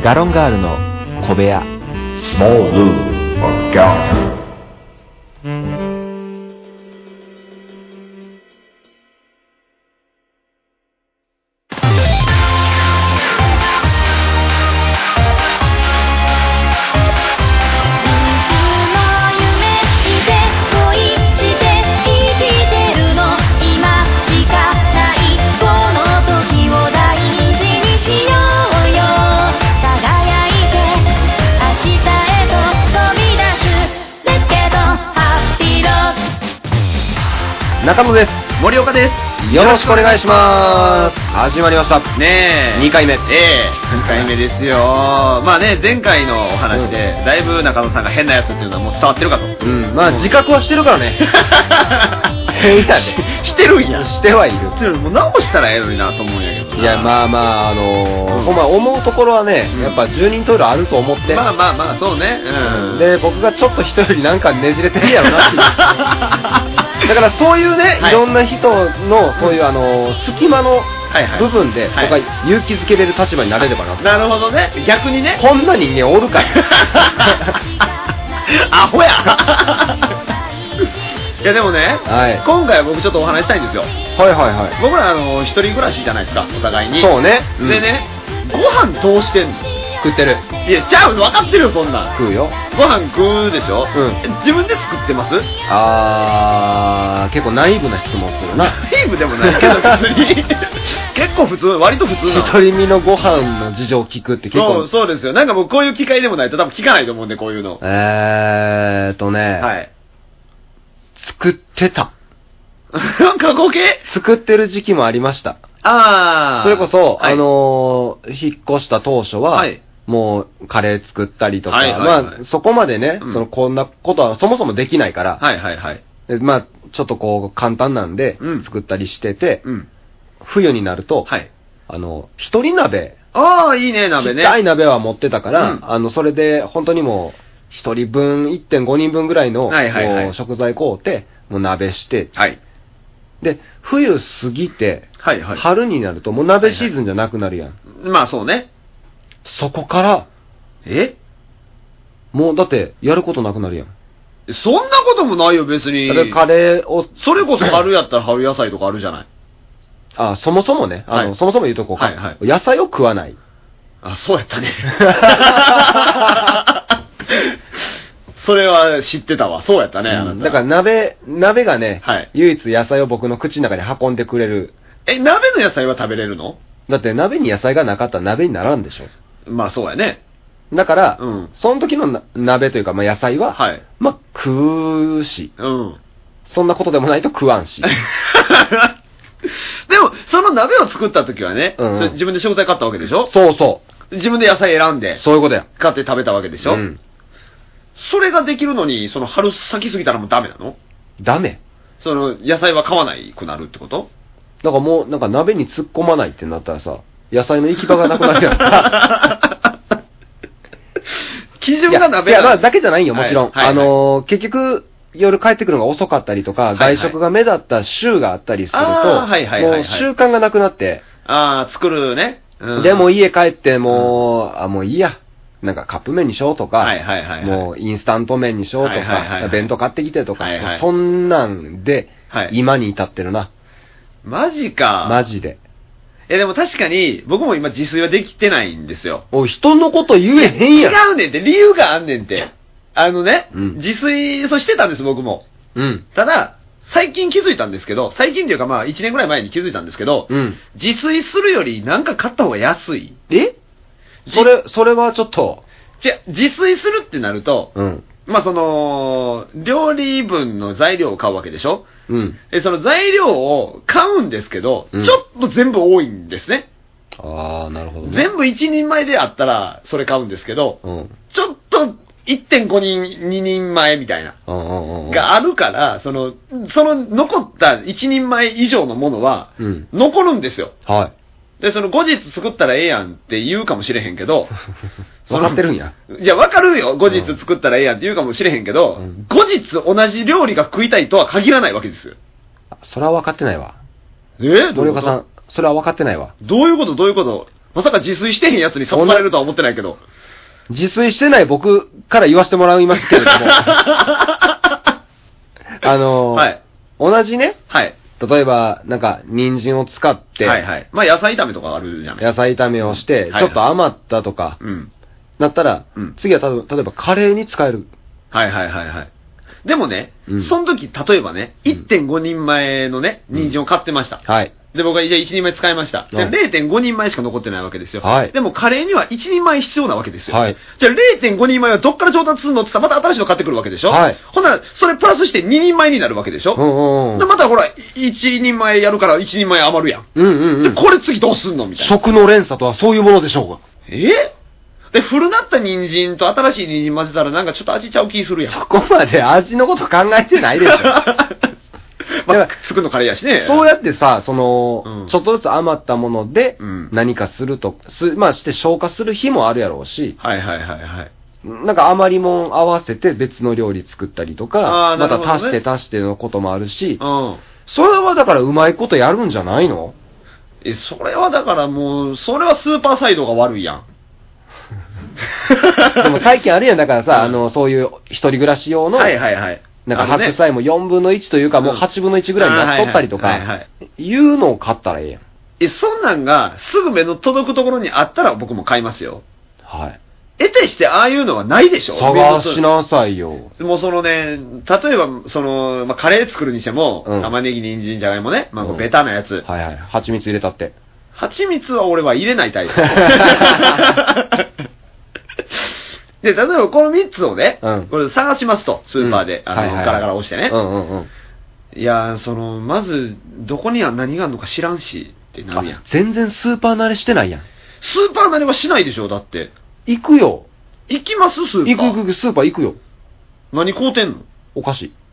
ガロンガールの小部屋。 Small Lou or Gallagher。 中野です。 森岡です。 よろしくお願いします。始まりました。 ねえ。 2回目。 2回目ですよ。まあね、前回のお話で、だいぶ中野さんが変なやつっていうのはもう伝わってるかと。 まあ自覚はしてるからね。変やで。 してるんや。 してはいる。 もう直したらええのになと思うんやけど。 いや、まあまあ、ほんま思うところはね、やっぱ10人トイレあると思って。 まあ、そうね。 で、僕がちょっと人よりなんかねじれてるやろなっていう。だからそういうね、いろんな人の、そういう隙間の部分で、僕は勇気づけれる立場になれればな。 なるほどね。逆にね。 こんな人間おるから。 アホや。いやでもね、今回は僕ちょっとお話したいんですよ。僕ら一人暮らしじゃないですか、お互いに。 そうね。 でね、ご飯どうしてんの？ 食ってる。 いや、ちゃう、分かってるよ、そんなん。 食うよ。 ご飯食うでしょ？自分で作ってます？ 結構ナイーブな質問するな。 ナイーブでもないけど、普通に。結構普通、割と普通な。 一人身のご飯の事情を聞くって結構。 そうですよ。なんかもうこういう機会でもないと多分聞かないと思うんで、こういうの。 作ってた。 過去形？ 作ってる時期もありました。それこそ、引っ越した当初は、もうカレー作ったりとか、まあそこまでね、こんなことはそもそもできないから、まあちょっとこう簡単なんで作ったりしてて、冬になると、一人鍋、 いいね、鍋ね。 ちっちゃい鍋は持ってたから、それで本当にもう一人分 1.5 人分ぐらいの食材買うて、もう鍋して、で冬過ぎて、春になるともう鍋シーズンじゃなくなるやん。 まあそうね。 そこからもうだってやることなくなるやん。 そんなこともないよ別に。 カレーをそれこそ春やったら春野菜とかあるじゃない。 そもそもね、そもそも言うとこうか、野菜を食わない。 そうやったね。それは知ってたわ。そうやったね。 だから鍋がね、唯一野菜を僕の口の中に運んでくれる。 鍋の野菜は食べれるの？ だって鍋に野菜がなかったら鍋にならんでしょ。 まあそうやね。 だから、その時の鍋というか、まあ野菜は、まあ食うし、そんなことでもないと食わんし。 でも、その鍋を作った時はね、自分で食材買ったわけでしょ？ そうそう。 自分で野菜選んで。 そういうことや。 買って食べたわけでしょ？それができるのに、その春先過ぎたらもうダメなの？ ダメ？ その野菜は買わないくなるってこと？ だからもうなんか鍋に突っ込まないってなったらさ、野菜の行き場がなくなるやん。 基準が鍋まあだけじゃないよ、もちろん。結局夜帰ってくるのが遅かったりとか、外食が目立った週があったりすると、もう習慣がなくなって、 作るね。 でも家帰ってもういいや。なんかカップ麺にしようとか、もうインスタント麺にしようとか、弁当買ってきてとか、そんなんで、今に至ってるな。 マジか。 マジで。 でも確かに、僕も今自炊はできてないんですよ。 人のこと言えへんやん。 違うねんって、理由があんねんって。自炊、してたんです、僕も。ただ、最近気づいたんですけど、最近っていうかまあ1年ぐらい前に気づいたんですけど、自炊するよりなんか買った方が安い。それはちょっと。 自炊するってなると、まあその、料理分の材料を買うわけでしょ？その材料を買うんですけど、ちょっと全部多いんですね。 なるほどね。 全部1人前であったら、それ買うんですけど、ちょっと 1.5 人、2人前みたいな、があるから、その残った1人前以上のものは、残るんですよ。で、その後日作ったらええやんって言うかもしれへんけど、 分かってるんや。 いや、分かるよ。後日作ったらええやんって言うかもしれへんけど、後日同じ料理が食いたいとは限らないわけですよ。 それは分かってないわ。 森岡さん、それは分かってないわ。 どういうこと？ まさか自炊してへんやつに刺されるとは思ってないけど。 自炊してない僕から言わせてもらいますけれども。はい。同じね。はい。例えば、なんか、人参を使って。 はいはい。まあ、野菜炒めとかあるじゃない。 野菜炒めをして、ちょっと余ったとか。うん。なったら、次は例えばカレーに使える。 はいはいはいはい。でもね、その時、例えばね、1.5 人前のね、人参を買ってました。はい。で、僕はじゃあ1人前使いました。で、0.5 人前しか残ってないわけですよ。はい。でもカレーには1人前必要なわけですよ。はい。じゃあ 0.5 人前はどっから調達するのって言ったらまた新しいの買ってくるわけでしょ。はい。ほんなら、それプラスして2人前になるわけでしょ。うん。で、またほら、1人前やるから1人前余るやん。うん。で、これ次どうすんのみたいな。 食の連鎖とはそういうものでしょうか。 で、古なった人参と新しい人参混ぜたらなんかちょっと味ちゃう気するやん。 そこまで味のこと考えてないでしょ。 まあ、作るのカレーやしね。 そうやってさ、ちょっとずつ余ったもので、何かすると、まあして消化する日もあるやろうし、 はいはいはいはい。 なんか余りもん合わせて別の料理作ったりとか、また足してのこともあるし、それはだからうまいことやるんじゃないの？ それはだからもう、それはスーパーサイドが悪いやん。 でも最近あるやん、だからさ、そういう一人暮らし用の、はいはいはい。なんか白菜も4分の1というかもう8分の1ぐらいになっとったりとか、いうのを買ったらええやん。 そんなんがすぐ目の届くところにあったら僕も買いますよ。はい。得てしてああいうのはないでしょ？ 探しなさいよ。 もうそのね、例えば、まあ、カレー作るにしても、玉ねぎ、人参、じゃがいもね、まあ、ベタなやつ。 はいはい。蜂蜜入れたって。 蜂蜜は俺は入れないタイプ。で、例えばこの3つをね、これ探しますと、スーパーで、ガラガラ押してね。いや、まず、どこには何があるのか知らんし、ってなるやん。 全然スーパー慣れしてないやん。 スーパー慣れはしないでしょ、だって。 行くよ。 行きますスーパー。 行く、スーパー行くよ。 何買うてんの？ お菓子。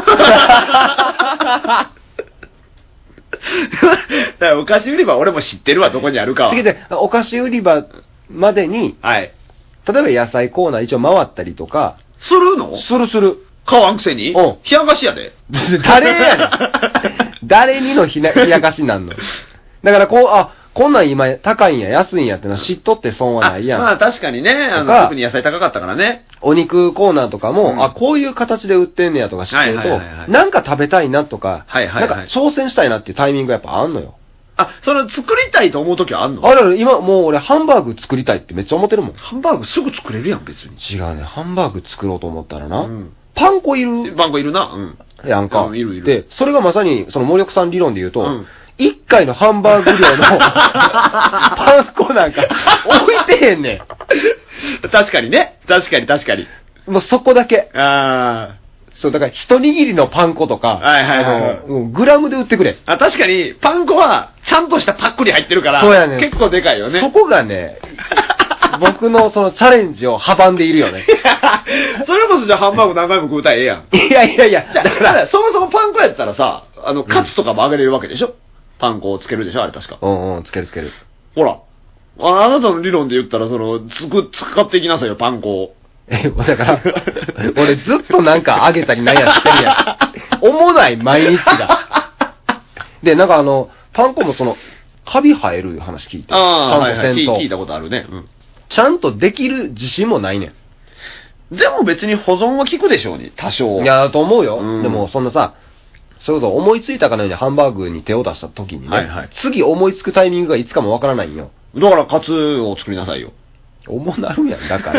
だからお菓子売り場俺も知ってるわ、どこにあるかは。 次で、お菓子売り場までに、はい。例えば野菜コーナー一応回ったりとか。 するの？ する。 買わんくせに？冷やかしやで。 誰やねん。誰にの冷やかしなんの？だからこんなん今高いんや、安いんやってのは知っとって損はないやん。 まあ確かにね、特に野菜高かったからね。 お肉コーナーとかも、こういう形で売ってんねやとか知ってると、なんか食べたいなとか、なんか挑戦したいなっていうタイミングがやっぱあんのよ。 作りたいと思うときはあんの？ ある、今もう俺ハンバーグ作りたいってめっちゃ思ってるもん。 ハンバーグすぐ作れるやん、別に。 違うね、ハンバーグ作ろうと思ったらな、パン粉いる。 パン粉いるな。 やんか。いる。で、それがまさに、森岡さん理論で言うと、1回のハンバーグ量のパン粉なんか置いてへんねん。確かにね。確かに。 もうそこだけ。そう、だから一握りのパン粉とか、グラムで売ってくれ。 確かに、パン粉はちゃんとしたパックに入ってるから、そうやね、結構でかいよね。 そこがね、僕のチャレンジを阻んでいるよね。 それこそじゃあハンバーグ何回も食うたらええやん。 いや。 だから、そもそもパン粉やったらさ、カツとかも揚げれるわけでしょ？パン粉をつけるでしょあれ確か。 つける。 ほら。あなたの理論で言ったら、使っていきなさいよ、パン粉を。 だから、俺ずっとなんか揚げたりなんやしてるやん。重ない毎日が。で、なんかパン粉もカビ生える話聞いて。ちゃんとせんと。 聞いたことあるね。 ちゃんとできる自信もないねん。でも別に保存は効くでしょうね、多少。 いや、だと思うよ。でもそんなさ、そういうこと思いついたかのようにハンバーグに手を出した時にね、次思いつくタイミングがいつかもわからないんよ。 だからカツを作りなさいよ。 重なるやん、だから。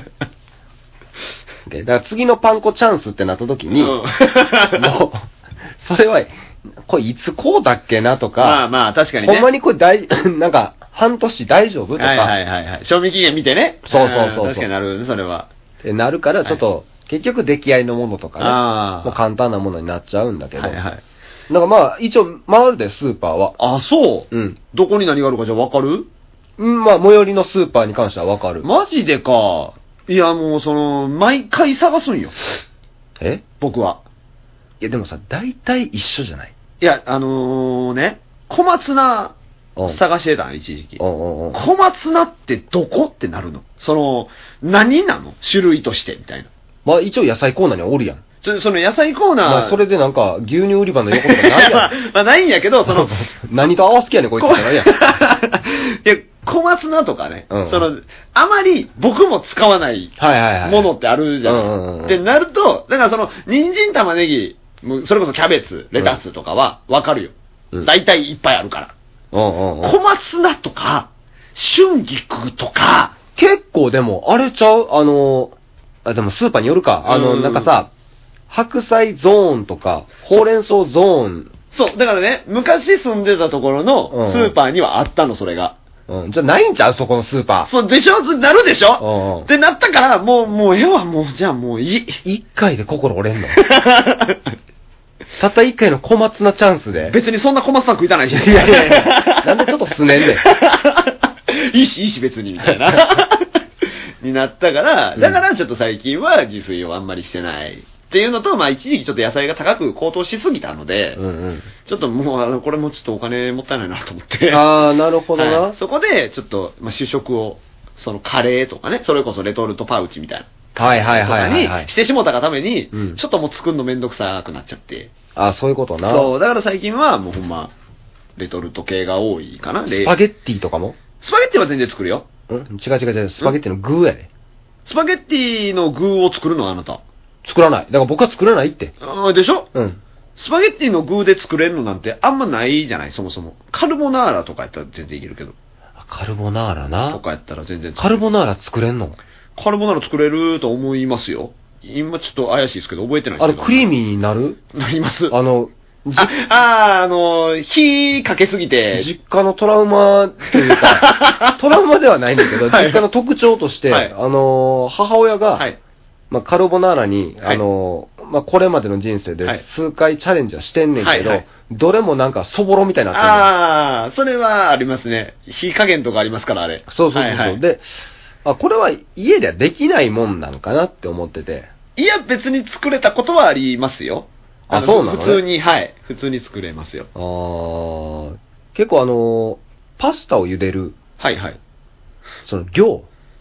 だから次のパン粉チャンスってなった時に、もう、それは、これいつこうだっけなとか、 まあ確かにね。 ほんまにこれなんか、半年大丈夫とか。 賞味期限見てね。 そう。 確かになるね、それは。 ってなるから、ちょっと、結局出来合いのものとかね、もう簡単なものになっちゃうんだけど。なんかまあ、一応回るで、スーパーは。 あ、そう？どこに何があるかじゃあ分かる？ まあ、最寄りのスーパーに関しては分かる。 マジでか。いや、もう毎回探すんよ。僕は。 いや、でもさ、大体一緒じゃない？ いや、ね、小松菜探してたの、一時期。小松菜ってどこってなるの？何なの？種類として、みたいな。 まあ、一応野菜コーナーにはおるやん。 その野菜コーナー。 まあ、それでなんか、牛乳売り場の横とかないやん。 まあ、ないんやけど、 何と合わす気やねん、こいつってなるやん。いや、小松菜とかね、あまり僕も使わないものってあるじゃん。ってなると、だから人参玉ねぎ、それこそキャベツ、レタスとかはわかるよ。大体いっぱいあるから。小松菜とか、春菊とか。 結構でも、あれちゃうでもスーパーによるか。なんかさ、白菜ゾーンとか、ほうれん草ゾーン。 そう、だからね、昔住んでたところのスーパーにはあったの、それが。 じゃあないんちゃうそこのスーパー。 そう、でしょなるでしょってなったから、もう、じゃあもういい。 一回で心折れんのたった一回の小松菜チャンスで。 別にそんな小松菜食いたないし。 いや。なんでちょっとすねんねん。 いいし別に、みたいな。になったから、だからちょっと最近は自炊をあんまりしてない。っていうのと、まあ一時期ちょっと野菜が高く高騰しすぎたので、ちょっともう、これもちょっとお金もったいないなと思って。 ああ、なるほどな。 そこで、ちょっと、まあ主食を、カレーとかね、それこそレトルトパウチみたいな。にしてしもたがために、ちょっともう作るのめんどくさくなっちゃって。 ああ、そういうことな。 そう、だから最近はもうほんま、レトルト系が多いかな。 スパゲッティとかも？ スパゲッティは全然作るよ。 違う。スパゲッティの具やね。 スパゲッティの具を作るのあなた。 作らない。だから僕は作らないって。 でしょ？スパゲッティの具で作れるのなんてあんまないじゃない、そもそも。カルボナーラとかやったら全然いけるけど。 カルボナーラな。 とかやったら全然。 カルボナーラ作れんの？ カルボナーラ作れると思いますよ。今ちょっと怪しいですけど、覚えてないですけど。 クリーミーになる？ なります。火かけすぎて。 実家のトラウマというか、トラウマではないんだけど、実家の特徴として、母親が、まあ、カルボナーラに、まあ、これまでの人生で数回チャレンジはしてんねんけど、どれもなんかそぼろみたいになってる。 ああ、それはありますね。火加減とかありますから、あれ。 そう。で、これは家ではできないもんなんかなって思ってて。 いや、別に作れたことはありますよ。 そうなの？ 普通に、普通に作れますよ。 結構パスタを茹でる。その量。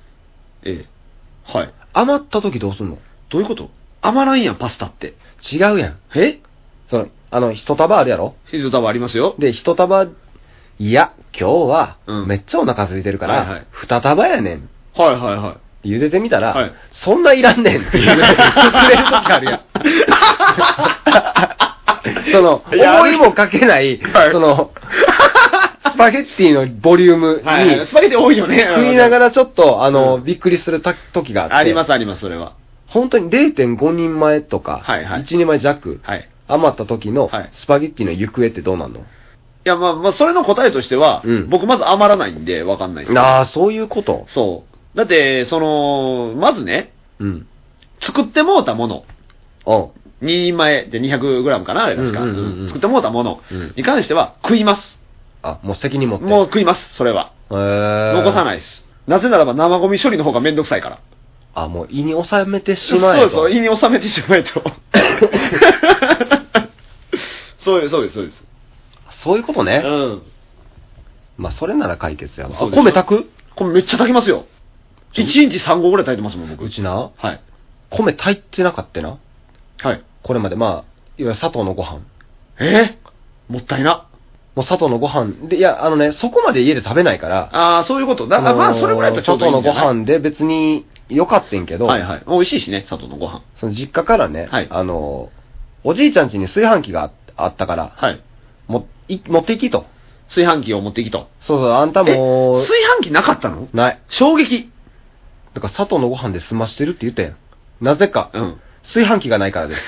余った時どうすんの？ どういうこと？余らんやん、パスタって。 違うやん。一束あるやろ？ 一束ありますよ。 で、一束、いや、今日は、めっちゃお腹空いてるから、二束やねん。茹でてみたら、そんないらんねんっていうぐらい作れる時あるやん。思いもかけない、スパゲッティのボリュームに、 スパゲッティ多いよね。 食いながらちょっと、びっくりする時があって。 あります、それは。 本当に 0.5 人前とか、1人前弱、余った時のスパゲッティの行方ってどうなんの？ いや、まあ、それの答えとしては、僕まず余らないんでわかんないです。 ああ、そういうこと？ そう。だって、まずね、作ってもうたもの。2人前で 200g かなあれですか。作ってもうたものに関しては食います。 もう責任持って。 もう食います、それは。残さないです。なぜならば生ゴミ処理の方がめんどくさいから。 もう胃に収めてしまえと。 そう、胃に収めてしまえと。そうです。 そういうことね。まあ、それなら解決やわ。米炊く？ 米めっちゃ炊きますよ。1日3合ぐらい炊いてますもん、僕。 うちな。米炊いてなかったな。これまで、まあ、いわゆる砂糖のご飯。 もったいな。 もう砂糖のご飯で、いや、そこまで家で食べないから。 そういうこと。だからまあ、それぐらいだとちょうどいいんじゃない？ 砂糖のご飯で別に良かったんけど。 美味しいしね、砂糖のご飯。 その実家からね、おじいちゃん家に炊飯器があったから、持っていきと。 炊飯器を持っていきと。 そう、あんたも。 炊飯器なかったの？ ない。 衝撃。 だから砂糖のご飯で済ましてるって言ったやん。なぜか。炊飯器がないからです。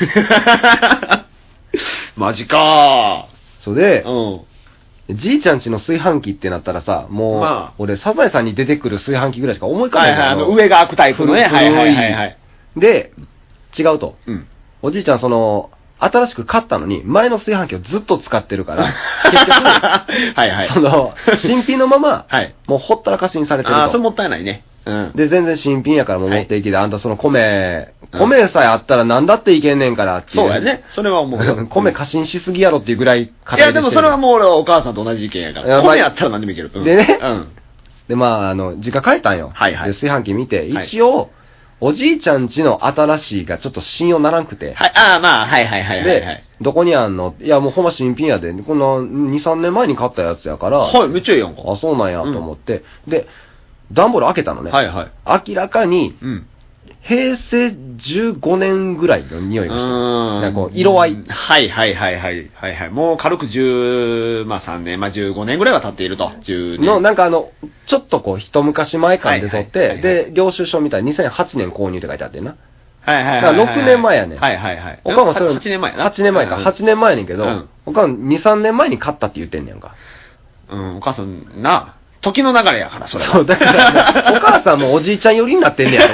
マジかー。それで、じいちゃんちの炊飯器ってなったらさ、もう、俺、サザエさんに出てくる炊飯器ぐらいしか思い浮かないから。 上が開くタイプのね。 で、違うと。おじいちゃん、新しく買ったのに、前の炊飯器をずっと使ってるから、結局、新品のまま、もうほったらかしにされてると。 それもったいないね。 で、全然新品やからもう持っていきで、あんたその米さえあったら何だっていけんねんからっていう。 そうやね。それは思う。 米過信しすぎやろっていうぐらいいや、でもそれはもう俺はお母さんと同じ意見やから。米あったら何でもいける。 でね。で、まあ、実家帰ったんよ。で、炊飯器見て、一応、 おじいちゃんちの新しいがちょっと信用ならんくて。 はい、ああ、まあ、はいはいはいはい、はい。 で、どこにあんの？いや、もうほんま新品やで。この2、3年前に買ったやつやから。 はい、めっちゃいいやんか。 あ、そうなんやと思って。で、段ボール開けたのね。 はいはい。 明らかに、平成15年ぐらいの匂いがしてる。なんかこう、色合い。 はいはいはいはい。はいはい。もう軽く3年、15年ぐらいは経っていると。10年。 の、なんかちょっとこう、一昔前感で撮って、で、領収書みたいに2008年購入って書いてあってんな。 はいはいはい。 だから6年前やねん。 はいはいはい。 他もそれ 8年前やな。 8年前か。8年前やねんけど、他も2、3年前に買ったって言ってんねんか。 お母さんな、時の流れやから、それは。 そう、だから、お母さんもおじいちゃん寄りになってんねやろ。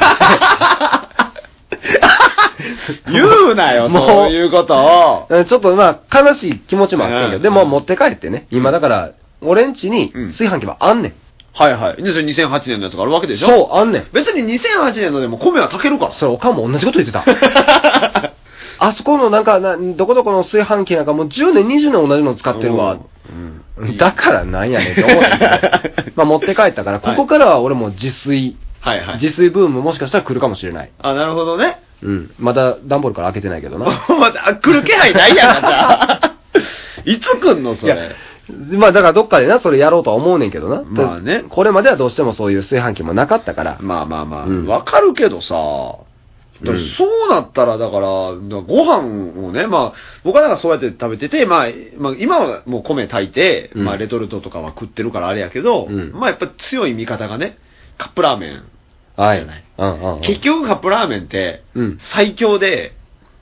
言うなよ、そういうことを。ちょっとまあ、悲しい気持ちもあってんけど、でも持って帰ってね、今だから、俺ん家に炊飯器はあんねん。 はいはい。で、それ2008年のやつがあるわけでしょ？ そう、あんねん。 別に2008年のでも米は炊けるから。 それ、おかんも同じこと言ってた。あそこのなんか、どこどこの炊飯器なんかもう10年、20年同じの使ってるわ。だからなんやねんって思ったけど、まあ持って帰ったから、ここからは俺も自炊、自炊ブームもしかしたら来るかもしれない。 あ、なるほどね。 まだ段ボールから開けてないけどな。 まだ来る気配ないやんか。いつ来んのそれ。 まあだからどっかでな、それやろうとは思うねんけどな。 まあね。 これまではどうしてもそういう炊飯器もなかったから。 まあまあまあ。わかるけどさ。そうなったら、だから、ご飯をね、まあ、僕はだからそうやって食べてて、まあ今はもう米炊いて、まあレトルトとかは食ってるからあれやけど、まあやっぱ強い味方がね、カップラーメン。 はい。 結局カップラーメンって、最強で、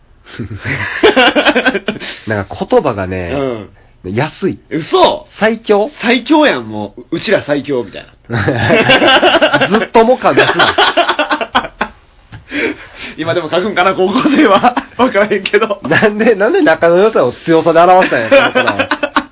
なんか言葉がね、安い。 嘘最強最強やん、もう。うちら最強、みたいな。 ずっとも感出すな。 今でも書くんかな、高校生は。わからへんけど。 なんで仲の良さを強さで表したんや、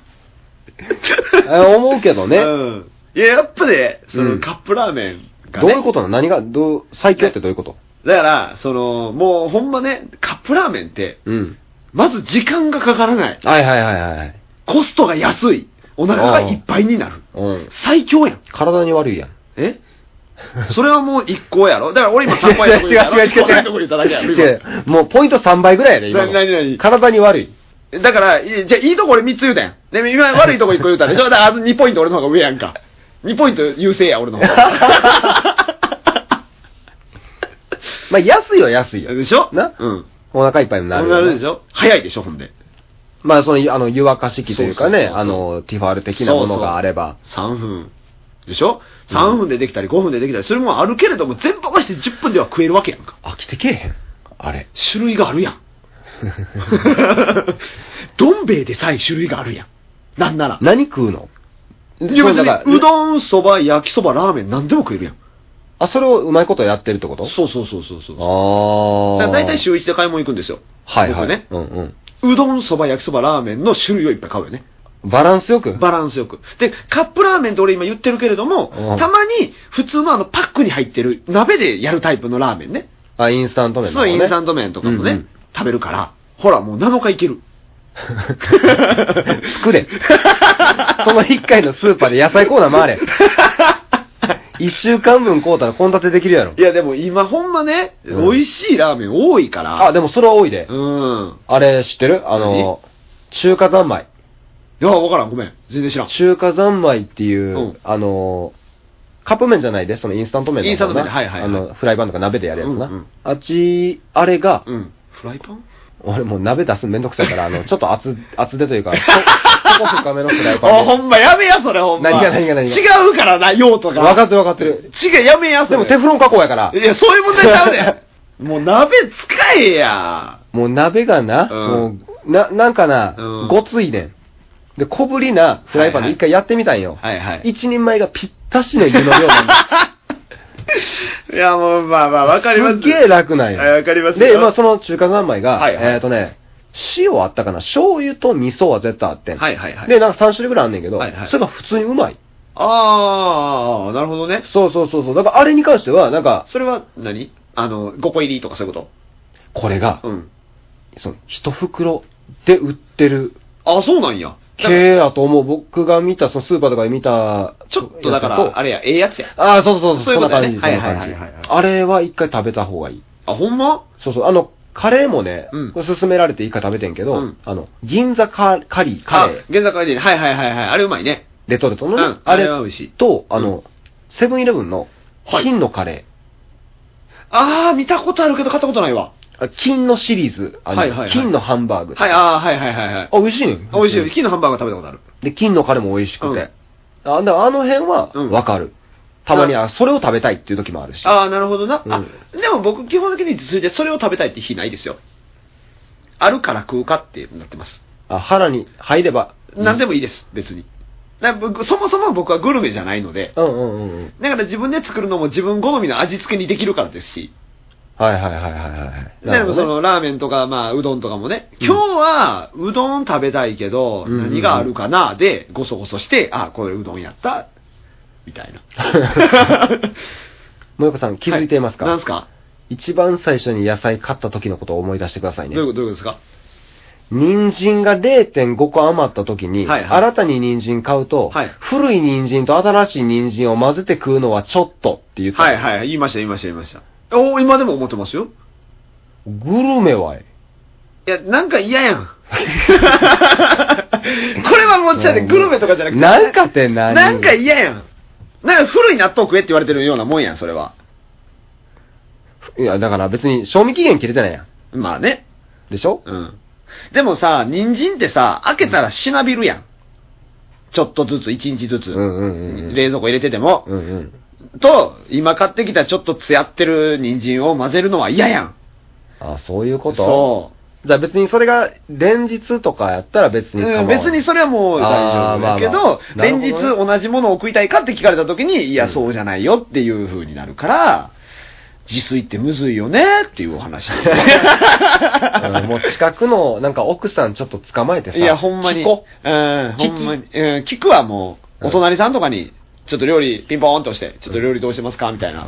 思うけどね。 いや、やっぱね、そのカップラーメンが、 ね。どういうことなの？何が、最強ってどういうこと？ だから、もうほんまね、カップラーメンって、まず時間がかからない。 はい。 コストが安い。お腹がいっぱいになる。最強やん。 体に悪いやん。 それはもう1個やろ。だから俺今3倍とこ言っただけやろ。 違う。もうポイント3倍ぐらいやね、今の。 何体に悪い。 だから、じゃあいいとこ俺3つ言うたやん。で、今悪いとこ1個言うたでしょ。だから2ポイント俺の方が上やんか。2ポイント優勢や、俺の方が。 まあ安いは安いよ。 でしょな？お腹いっぱいになる。 なるでしょ。早いでしょ、ほんで。 まあ湯沸かし器というかね、ティファール的なものがあれば。 3分。でしょ ?3 分でできたり5分でできたりするもんあるけれども、全部合わせて10分では食えるわけやんか。 飽きてけえへん。あれ。 種類があるやん。どん兵衛でさえ種類があるやん。なんなら。 何食うの？ いや別に、うどん、そば、焼きそば、ラーメン、何でも食えるやん。 あ、それをうまいことやってるってこと？ そう。ああ。だいたい週1で買い物行くんですよ。 はい。 僕ね。うどん、そば、焼きそば、ラーメンの種類をいっぱい買うよね。 バランスよく。 で、カップラーメンって俺今言ってるけれども、たまに普通のパックに入ってる鍋でやるタイプのラーメンね。 インスタント麺とかね。そう、インスタント麺とかもね、食べるから、ほらもう7日いける。 作れ。その1回のスーパーで野菜コーナー回れ。1週間分買うたら献立できるやろ。 いやでも今ほんまね、美味しいラーメン多いから。 あ、でもそれは多いで。あれ知ってる？中華三昧。 いや、わからん、ごめん。全然知らん。 中華三昧っていう、カップ麺じゃないで、そのインスタント麺の。 インスタント麺、はい。 フライパンとか鍋でやるやつな。あれが、 フライパン？ 俺もう鍋出すのめんどくさいから、ちょっと厚手というか、そこ深めのフライパンで。 ほんまやめや、それほんま。 何が。 違うからな、用途が。 分かってる。 違う、やめや、それ。 でもテフロン加工やから。 いや、そういう問題ちゃうねん。もう鍋使えや。 もう鍋がな、もう、なんかな、ごついねん。で、小ぶりなフライパンで一回やってみたんよ。一人前がぴったしの湯の量なんだ。 いや、もう、まあ、わかります。 すっげえ楽なんよ。 わかります。 で、その中華三昧が、塩あったかな、醤油と味噌は絶対あってん。で、なんか3種類ぐらいあんねんけど、それが普通にうまい。 あー、なるほどね。 そう。だからあれに関しては、なんか、 それは何5個入りとかそういうこと？ これが、1袋で売ってる。 あ、そうなんや。 系やと思う。僕が見た、そのスーパーとかで見た。 ちょっとだから、あれや、ええやつや。 ああ、そうそうそう、そんな感じ。 はいはいはい。 あれは一回食べた方がいい。 あ、ほんま？ そうそう、カレーもね、勧められて一回食べてんけど、銀座カリー。 銀座カリーね。はいはいはいはい。あれうまいね。 レトルトのね。あれは美味しい。 と、セブンイレブンの金のカレー。ああ、見たことあるけど買ったことないわ。 金のシリーズ。金のハンバーグ。 はい、はいはいはい。 美味しいね。 美味しい。金のハンバーグ食べたことある。 で、金のカレーも美味しくて。あの辺は、わかる。たまに、それを食べたいっていう時もあるし。 ああ、なるほどな。でも僕、基本的にそれでそれを食べたいって日ないですよ。あるから食うかってなってます。 腹に入れば。 何でもいいです、別に。そもそも僕はグルメじゃないので。だから自分で作るのも自分好みの味付けにできるからですし。 はい。 でもそのラーメンとか、まあ、うどんとかもね、今日はうどん食べたいけど、何があるかな、で、ごそごそして、これうどんやった、みたいな。 もよこさん、気づいていますか？ なんすか？ 一番最初に野菜買った時のことを思い出してくださいね。 どういうことですか？ 人参が 0.5 個余った時に、新たに人参買うと、古い人参と新しい人参を混ぜて食うのはちょっとって言った。 言いました。今でも思ってますよ。 グルメはいや、なんか嫌やん。これはもっちゃでグルメとかじゃなくて。 なんかって何？ なんか嫌やん。なんか古い納豆食えって言われてるようなもんやん、それは。 いや、だから別に賞味期限切れてないやん。まあね。 でしょ？ でもさ、人参ってさ、開けたらしなびるやん。ちょっとずつ、1日ずつ。冷蔵庫入れてても。と、今買ってきたちょっとつやってる人参を混ぜるのは嫌やん。 あ、そういうこと？ そう。 じゃあ別にそれが連日とかやったら別に構わない。 別にそれはもう大丈夫だけど、連日同じものを食いたいかって聞かれた時に、いや、そうじゃないよっていう風になるから、自炊ってむずいよねっていうお話。 もう近くのなんか奥さんちょっと捕まえてさ。 いや、ほんまに。ほんまに。聞くはもう、お隣さんとかに、ちょっと料理ピンポーンとして、ちょっと料理どうしてますかみたいな。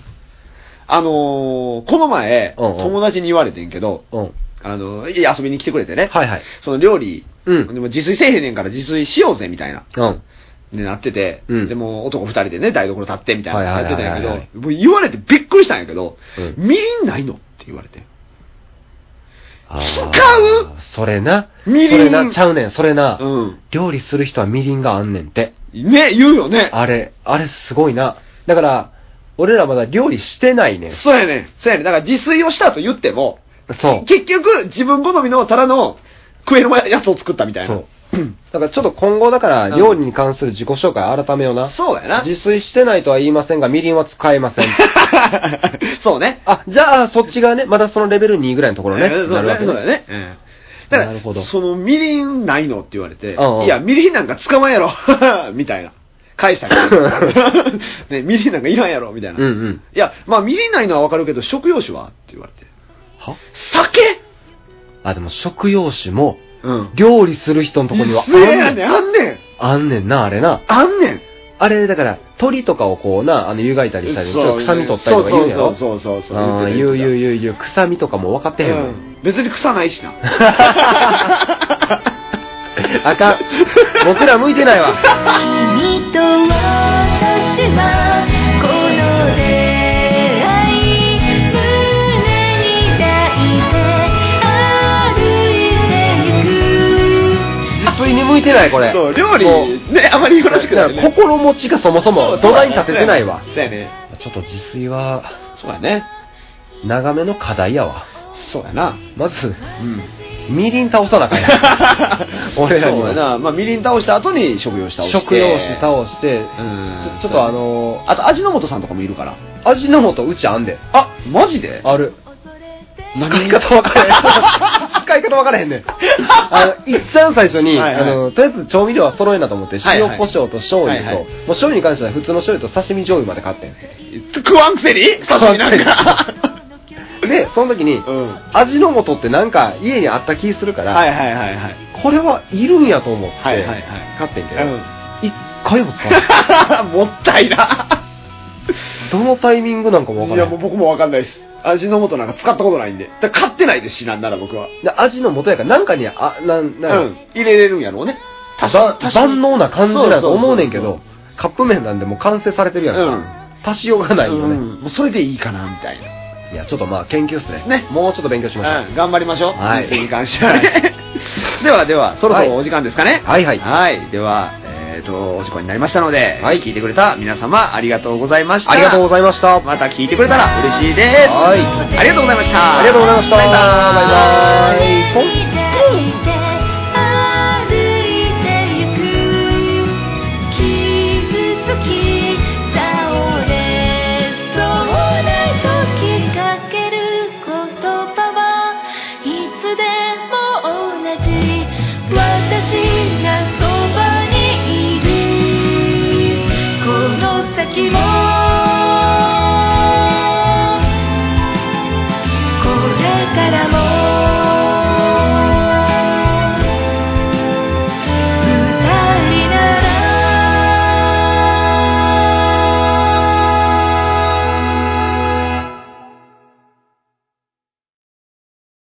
この前、友達に言われてんけど、遊びに来てくれてね。その料理、でも自炊せえへんねんから自炊しようぜみたいな。でなってて、でも男二人でね、台所立ってみたいなやってたんやけど、もう言われてびっくりしたんやけど、みりんないのって言われて。使う？ それな。 みりん。 それな、ちゃうねん、それな。料理する人はみりんがあんねんて。 ね、言うよね。 あれすごいな。だから、俺らまだ料理してないねん。 そうやねん。だから自炊をしたと言っても、 そう。 結局、自分好みのただの食えるやつを作ったみたいな。そう。 だからちょっと今後だから料理に関する自己紹介改めような。 そうやな。 自炊してないとは言いませんが、みりんは使えません。 そうね。 じゃあそっちがね、まだそのレベル2ぐらいのところね。 なるわけね。そうだね。だから、そのみりんないのって言われて、いや、みりんなんか使わんやろみたいな。返したけど。ね、みりんなんかいらんやろみたいな。いや、まあみりんないのはわかるけど、食用酒はって言われて。 は？ 酒？ でも食用酒も、料理する人のとこにはあんねんな、あれな。 あんねん。 あれ、だから、鳥とかをこうな、湯がいたりしたり、ちょっと臭み取ったりとか言うやろ。 そう。 言う。臭みとかも分かってへんもん。 別に臭ないしな。 あかん。僕ら向いてないわ。 君と私はこの出会い、胸に抱いて歩いてゆく。 自炊に向いてないこれ。 そう、料理ね、あまりよろしくない、ね。 心持ちがそもそも土台に立ててないわ。 そうやね。 ちょっと自炊は、 そうやね。 長めの課題やわ。 そうやな。 まず、みりん倒さなあかんや。俺らには。 そうやな。まあ、みりん倒した後に食用酒倒して。 食用酒倒して、ちょっとあと味の素さんとかもいるから。 味の素うちあんで。 マジで？ ある。使い方分からへん。使い方分からへんねん。いっちゃん最初に、とりあえず調味料は揃えなと思って、塩胡椒と醤油と、もう醤油に関しては普通の醤油と刺身醤油まで買ってん。 食わんくせに？刺身なんか。 で、その時に、味の素ってなんか家にあった気するから、これはいるんやと思って、買ってんけど、一回も使わない。 もったいな。 どのタイミングなんかもわかんない。 いや、もう僕もわかんないです。味の素なんか使ったことないんで。だから買ってないですし、なんなら僕は。 味の素やから、なんかに、 入れれるんやろうね。 万能な感じだと思うねんけど、カップ麺なんでもう完成されてるやんか。足しようがないよね。 もうそれでいいかな、みたいな。 いや、ちょっとまあ研究っすね。もうちょっと勉強しましょう。 頑張りましょう。はい。に関しては。では、そろそろお時間ですかね。 はい。 では、お時間になりましたので、聞いてくれた皆様ありがとうございました。 ありがとうございました。 また聞いてくれたら嬉しいです。 はい。 ありがとうございました。 ありがとうございました。バイバイ。